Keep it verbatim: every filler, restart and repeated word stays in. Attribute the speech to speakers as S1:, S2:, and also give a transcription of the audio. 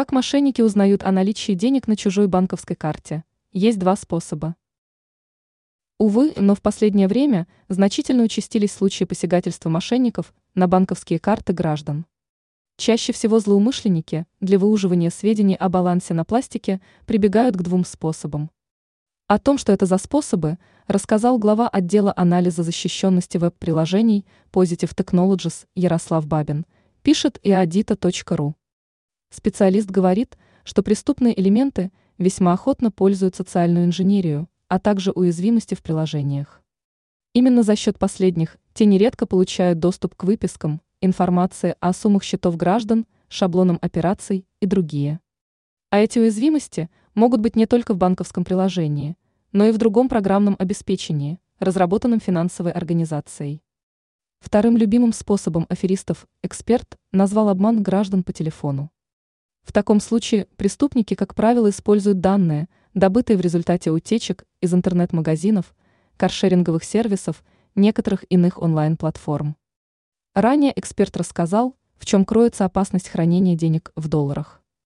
S1: Как мошенники узнают о наличии денег на чужой банковской карте? Есть два способа. Увы, но в последнее время значительно участились случаи посягательства мошенников на банковские карты граждан. Чаще всего злоумышленники для выуживания сведений о балансе на пластике прибегают к двум способам. О том, что это за способы, рассказал глава отдела анализа защищенности веб-приложений Positive Technologies Ярослав Бабин, пишет и адита точка ру. Специалист говорит, что преступные элементы весьма охотно пользуют социальную инженерию, а также уязвимости в приложениях. Именно за счет последних те нередко получают доступ к выпискам, информации о суммах счетов граждан, шаблонам операций и другие. А эти уязвимости могут быть не только в банковском приложении, но и в другом программном обеспечении, разработанном финансовой организацией. Вторым любимым способом аферистов эксперт назвал обман граждан по телефону. В таком случае преступники, как правило, используют данные, добытые в результате утечек из интернет-магазинов, каршеринговых сервисов, некоторых иных онлайн-платформ. Ранее эксперт рассказал, в чем кроется опасность хранения денег в долларах.